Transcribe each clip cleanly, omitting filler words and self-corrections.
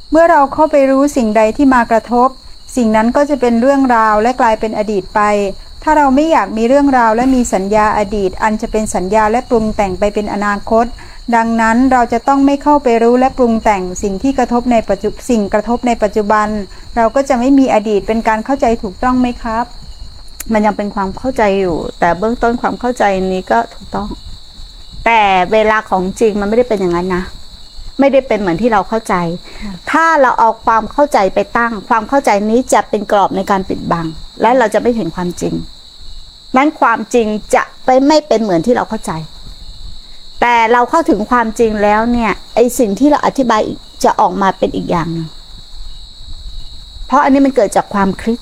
เมื่อเราเข้าไปรู้สิ่งใดที่มากระทบสิ่งนั้นก็จะเป็นเรื่องราวและกลายเป็นอดีตไปถ้าเราไม่อยากมีเรื่องราวและมีสัญญาอดีตอันจะเป็นสัญญาและปรุงแต่งไปเป็นอนาคตดังนั้นเราจะต้องไม่เข้าไปรู้และปรุงแต่งสิ่งที่กระทบในปัจจุบันเราก็จะไม่มีอดีตเป็นการเข้าใจถูกต้องไหมครับมันยังเป็นความเข้าใจอยู่แต่เบื้องต้นความเข้าใจนี้ก็ถูกต้องแต่เวลาของจริงมันไม่ได้เป็นอย่างนั้นนะไม่ได้เป็นเหมือนที่เราเข้าใจถ้าเราเอาความเข้าใจไปตั้งความเข้าใจนี้จะเป็นกรอบในการปิดบังและเราจะไม่เห็นความจริงนั้นความจริงจะไม่เป็นเหมือนที่เราเข้าใจแต่เราเข้าถึงความจริงแล้วเนี่ยไอสิ่งที่เราอธิบายจะออกมาเป็นอีกอย่างนึงเพราะอันนี้มันเกิดจากความคิด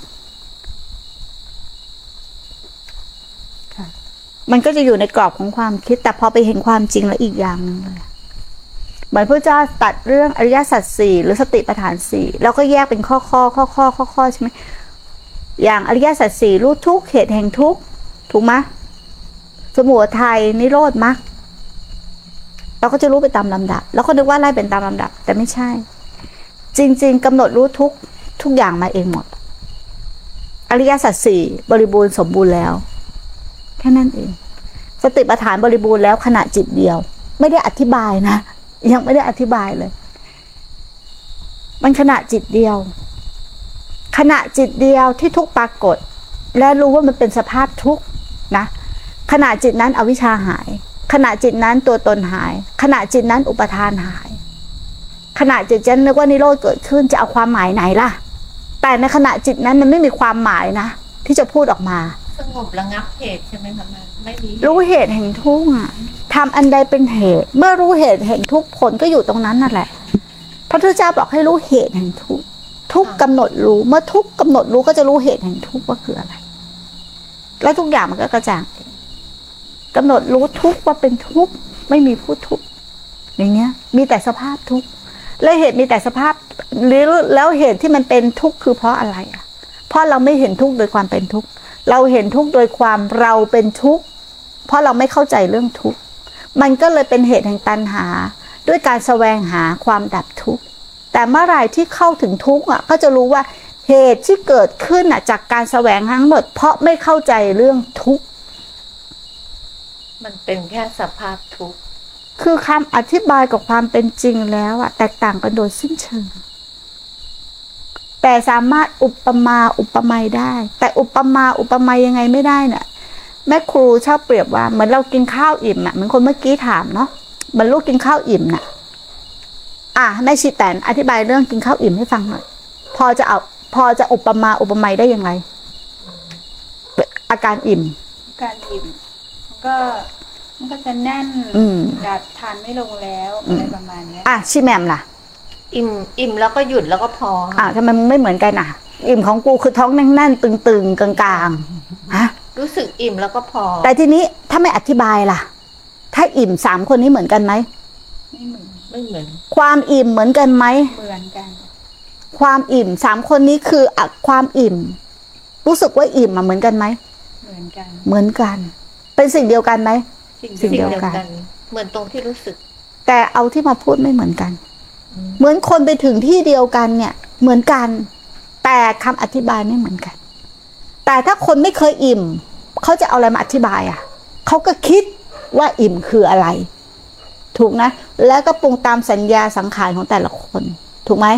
มันก็จะอยู่ในกรอบของความคิดแต่พอไปเห็นความจริงแล้วอีกอย่างนึงเลยเหมือนพระเจ้าตัดเรื่องอริยสัจสี่หรือสติปัฏฐานสี่แล้วก็แยกเป็นข้อใช่ไหมอย่างอริยสัจสี่รู้ทุกข์เหตุแห่งทุกข์ถูกไหมสมุทัยนิโรธมรรคเราก็จะรู้ไปตามลำดับแล้วก็นึกว่าไล่เป็นตามลำดับแต่ไม่ใช่จริงๆกำหนดรู้ทุกอย่างมาเองหมดอริยสัจสี่บริบูรณ์สมบูรณ์แล้วแค่นั้นเองสติปัฏฐานบริบูรณ์แล้วขณะจิตเดียวไม่ได้อธิบายนะยังไม่ได้อธิบายเลยมันขณะจิตเดียวขณะจิตเดียวที่ทุกปรากฏและรู้ว่ามันเป็นสภาพทุกนะขณะจิตนั้นอวิชชาหายขณะจิตนั้นตัวตนหายขณะจิตนั้นอุปทานหายขณะจิตฉันนึกว่านิโรธเกิดขึ้นจะเอาความหมายไหนล่ะแต่ในขณะจิตนั้นมันไม่มีความหมายนะที่จะพูดออกมาสงบระงับเหตุใช่ไหมคะมันไม่มีรู้เหตุแห่งทุกข์อ่ะทำอันใดเป็นเหตุเมื่อรู้เหตุแห่งทุกข์ผลก็อยู่ตรงนั้นนั่นแหละพระพุทธเจ้าบอกให้รู้เหตุแห่งทุกข์ทุกกำหนดรู้เมื่อทุกกำหนดรู้ก็จะรู้เหตุแห่งทุกข์ว่าคืออะไรแล้วทุกอย่างมันก็กระจ่างกำหนดรู้ทุกข์ว่าเป็นทุกข์ไม่มีผู้ทุกข์อย่างเงี้ยมีแต่สภาพทุกข์และเหตุมีแต่สภาพแล้วเหตุที่มันเป็นทุกข์คือเพราะอะไรอ่ะเพราะเราไม่เห็นทุกข์โดยความเป็นทุกข์เราเห็นทุกข์โดยความเราเป็นทุกข์เพราะเราไม่เข้าใจเรื่องทุกข์มันก็เลยเป็นเหตุแห่งตัณหาด้วยการแสวงหาความดับทุกข์แต่เมื่อไหร่ที่เข้าถึงทุกข์อ่ะก็จะรู้ว่าเหตุที่เกิดขึ้นอ่ะจากการแสวงหาทั้งหมดเพราะไม่เข้าใจเรื่องทุกข์มันเป็นแค่สภาพทุกข์คือคำอธิบายกับความเป็นจริงแล้วอ่ะแตกต่างกันโดยสิ้นเชิงแต่สามารถอุปมาอุปไมยได้แต่อุปมาอุปไมยยังไงไม่ได้เนี่ยแม่ครูชอบเปรียบว่าเหมือนเรากินข้าวอิ่มอ่ะเหมือนคนเมื่อกี้ถามเนาะเหมือนลูกกินข้าวอิ่มน่ะแม่ชีแตนอธิบายเรื่องกินข้าวอิ่มให้ฟังหน่อยพอจะอุปมาอุปไมยได้ยังไงอาการอิ่มการอิ่มมันก็จะแน่นดัดทานไม่ลงแล้วอะไรประมาณนี้ชิแมมล่ะอิ่มแล้วก็หยุดแล้วก็พอทำไมไม่เหมือนกันอิ่มของกูคือท้องแน่นๆตึงๆกลางๆฮะรู้สึกอิ่มแล้วก็พอแต่ทีนี้ถ้าไม่อธิบายล่ะถ้าอิ่ม3คนนี้เหมือนกันไหมไม่เหมือนความอิ่มเหมือนกันไหมเหมือนกันความอิ่ม3คนนี้คือความอิ่มรู้สึกว่าอิ่มเหมือนกันไหมเหมือนกันเป็นสิ่งเดียวกันไหมสิ่งเดียวกันเหมือนตรงที่รู้สึกแต่เอาที่มาพูดไม่เหมือนกันเหมือนคนไปถึงที่เดียวกันเนี่ยเหมือนกันแต่คำอธิบายไม่เหมือนกันแต่ถ้าคนไม่เคยอิ่มเขาจะเอาอะไรมาอธิบายเขาก็คิดว่าอิ่มคืออะไรถูกนะแล้วก็ปรุงตามสัญญาสังขารของแต่ละคนถูกไหม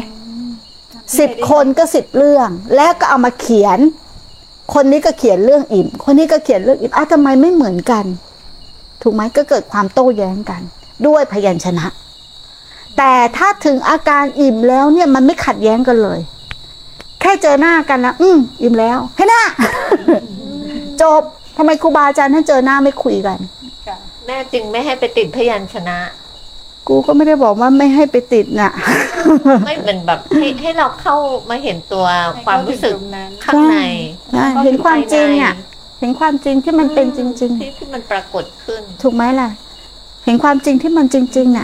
10 คนก็10เรื่องแล้วก็เอามาเขียนคนนี้ก็เขียนเรื่องอิ่มคนนี้ก็เขียนเรื่องอิ่มทำไมไม่เหมือนกันถูกไหมก็เกิดความโต้แย้งกันด้วยพยัญชนะแต่ถ้าถึงอาการอิ่มแล้วเนี่ยมันไม่ขัดแย้งกันเลยแค่เจอหน้ากันนะอิ่มแล้วแค่นั้นจบทำไมครูบาอาจารย์ท่านเจอหน้าไม่คุยกันแม่จึงไม่ให้ไปติดพยัญชนะกูก็ไม่ได้บอกว่าไม่ให้ไปติดน่ะไม่เป็นแบบให้เราเข้ามาเห็นตัวความรู้สึกข้างในเห็นความจริงเห็นความจริงที่มันเป็นจริงๆที่มันปรากฏขึ้นถูกไหมล่ะเห็นความจริงที่มันจริงๆน่ะ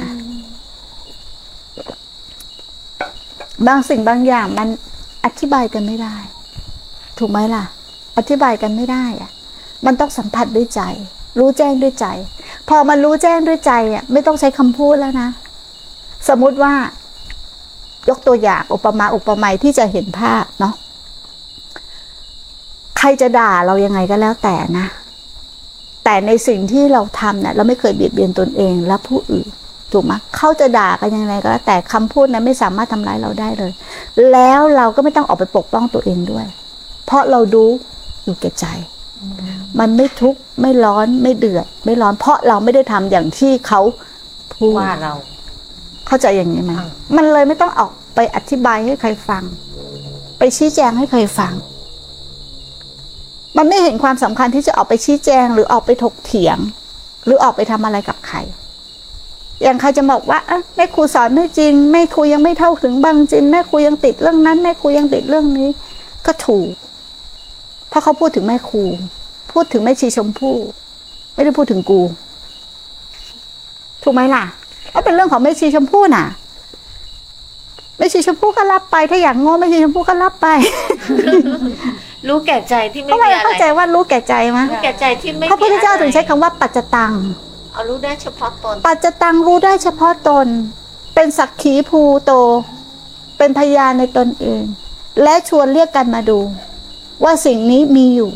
บางสิ่งบางอย่างมันอธิบายกันไม่ได้ถูกไหมล่ะอธิบายกันไม่ได้มันต้องสัมผัสด้วยใจรู้แจ้งด้วยใจพอมันรู้แจ้งด้วยใจไม่ต้องใช้คำพูดแล้วนะสมมุติว่ายกตัวอย่างอุปมาอุปไมยที่จะเห็นภาพเนาะใครจะด่าเรายังไงก็แล้วแต่นะแต่ในสิ่งที่เราทำเนี่ยเราไม่เคยเบียดเบียนตนเองและผู้อื่นถูกไหมเขาจะด่ากันยังไงก็แล้วแต่คำพูดนั้นไม่สามารถทำร้ายเราได้เลยแล้วเราก็ไม่ต้องออกไปปกป้องตัวเองด้วยเพราะเราดูอยู่แก่ใจมันไม่ทุกข์ไม่ร้อนไม่เดือดไม่ร้อนเพราะเราไม่ได้ทำอย่างที่เขาพูดว่าเราเข้าใจอย่างนี้ไหมมันเลยไม่ต้องออกไปอธิบายให้ใครฟังไปชี้แจงให้ใครฟังมันไม่เห็นความสำคัญที่จะออกไปชี้แจงหรือออกไปถกเถียงหรือออกไปทำอะไรกับใครอย่างใครจะบอกว่าแม่ครูสอนไม่จริงแม่ครูยังไม่เท่าถึงบางจริงแม่ครูยังติดเรื่องนั้นแม่ครูยังติดเรื่องนี้ก็ถูกเพราะเขาพูดถึงแม่ครูพูดถึงแม่ชีชมพู่ไม่ได้พูดถึงกูถูกไหมล่ะเพราะเป็นเรื่องของแม่ชีชมพู่น่ะแม่ชีชมพู่ก็รับไปถ้าอยากโง่แม่ชีชมพู่ก็รับไปรู้แก่ใจที่ไม่มีอะไรเข้าใจว่ารู้แก่ใจมั้ยรู้แก่ใจที่ไม่มีอะไรพระพุทธเจ้าถึงใช้คำว่าปัจจตังเอารู้ได้เฉพาะตนปัจจตังรู้ได้เฉพาะตนเป็นสักขีภูโตเป็นพยานในตนเองและชวนเรียกกันมาดูว่าสิ่งนี้มีอยู่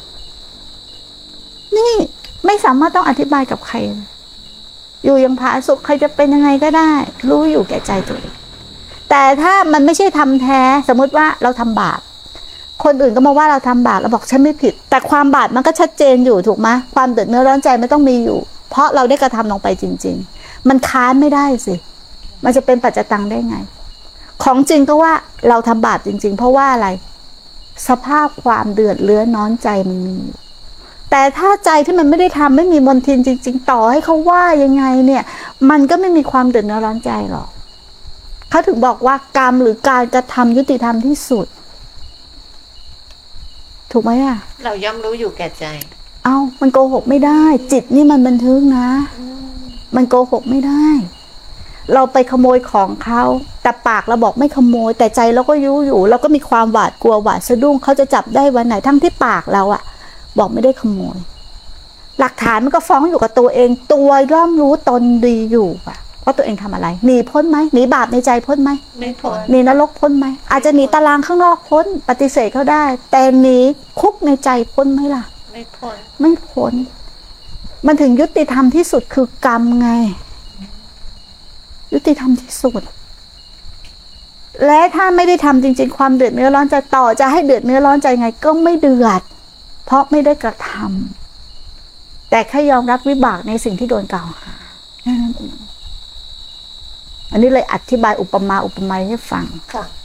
นี่ไม่สามารถต้องอธิบายกับใครอยู่อย่างผาสุกใครจะเป็นยังไงก็ได้รู้อยู่แก่ใจตัวเองแต่ถ้ามันไม่ใช่ทำแท้สมมติว่าเราทำบาปคนอื่นก็มาว่าเราทำบาปเราบอกฉันไม่ผิดแต่ความบาปมันก็ชัดเจนอยู่ถูกไหมความเดือดเนื้อร้อนใจไม่ต้องมีอยู่เพราะเราได้กระทำลงไปจริงๆมันค้านไม่ได้สิมันจะเป็นปัจจตังได้ไงของจริงก็ว่าเราทำบาปจริงๆเพราะว่าอะไรสภาพความเดือดเนื้อร้อนใจมันมีอยู่แต่ถ้าใจที่มันไม่ได้ทำไม่มีมลทินจริงๆต่อให้เขาว่ายังไงเนี่ยมันก็ไม่มีความเดือดเนื้อร้อนใจหรอกเขาถึงบอกว่ากรรมหรือการกระทำยุติธรรมที่สุดถูกไหมอ่ะเราย่อมรู้อยู่แก่ใจมันโกหกไม่ได้จิตนี่มันบันทึกนะมันโกหกไม่ได้เราไปขโมยของเขาแต่ปากเราบอกไม่ขโมยแต่ใจเราก็รู้อยู่เราก็มีความหวาดกลัวหวาดสะดุ้งเขาจะจับได้วันไหนทั้งที่ปากเราอ่ะบอกไม่ได้ขโมยหลักฐานมันก็ฟ้องอยู่กับตัวเองตัวย่อมรู้ตนดีอยู่อ่ะเพราะตัวเองทำอะไรหนีพ้นไหมหนีบาปในใจพ้นไหมไม่พ้นหนีนรกพ้นไหมอาจจะหนีตารางข้างนอกพ้นปฏิเสธเขาได้แต่หนีคุกในใจพ้นไหมล่ะไม่พ้นไม่พ้นมันถึงยุติธรรมที่สุดคือกรรมไงยุติธรรมที่สุดและถ้าไม่ได้ทำจริงๆความเดือดเนื้อร้อนใจต่อจะให้เดือดเนื้อร้อนใจไงก็ไม่เดือดเพราะไม่ได้กระทำแต่แค่ยอมรับวิบากในสิ่งที่โดนกล่าวหาอันนี้เลยอธิบายอุปมาอุปไมยให้ฟังค่ะ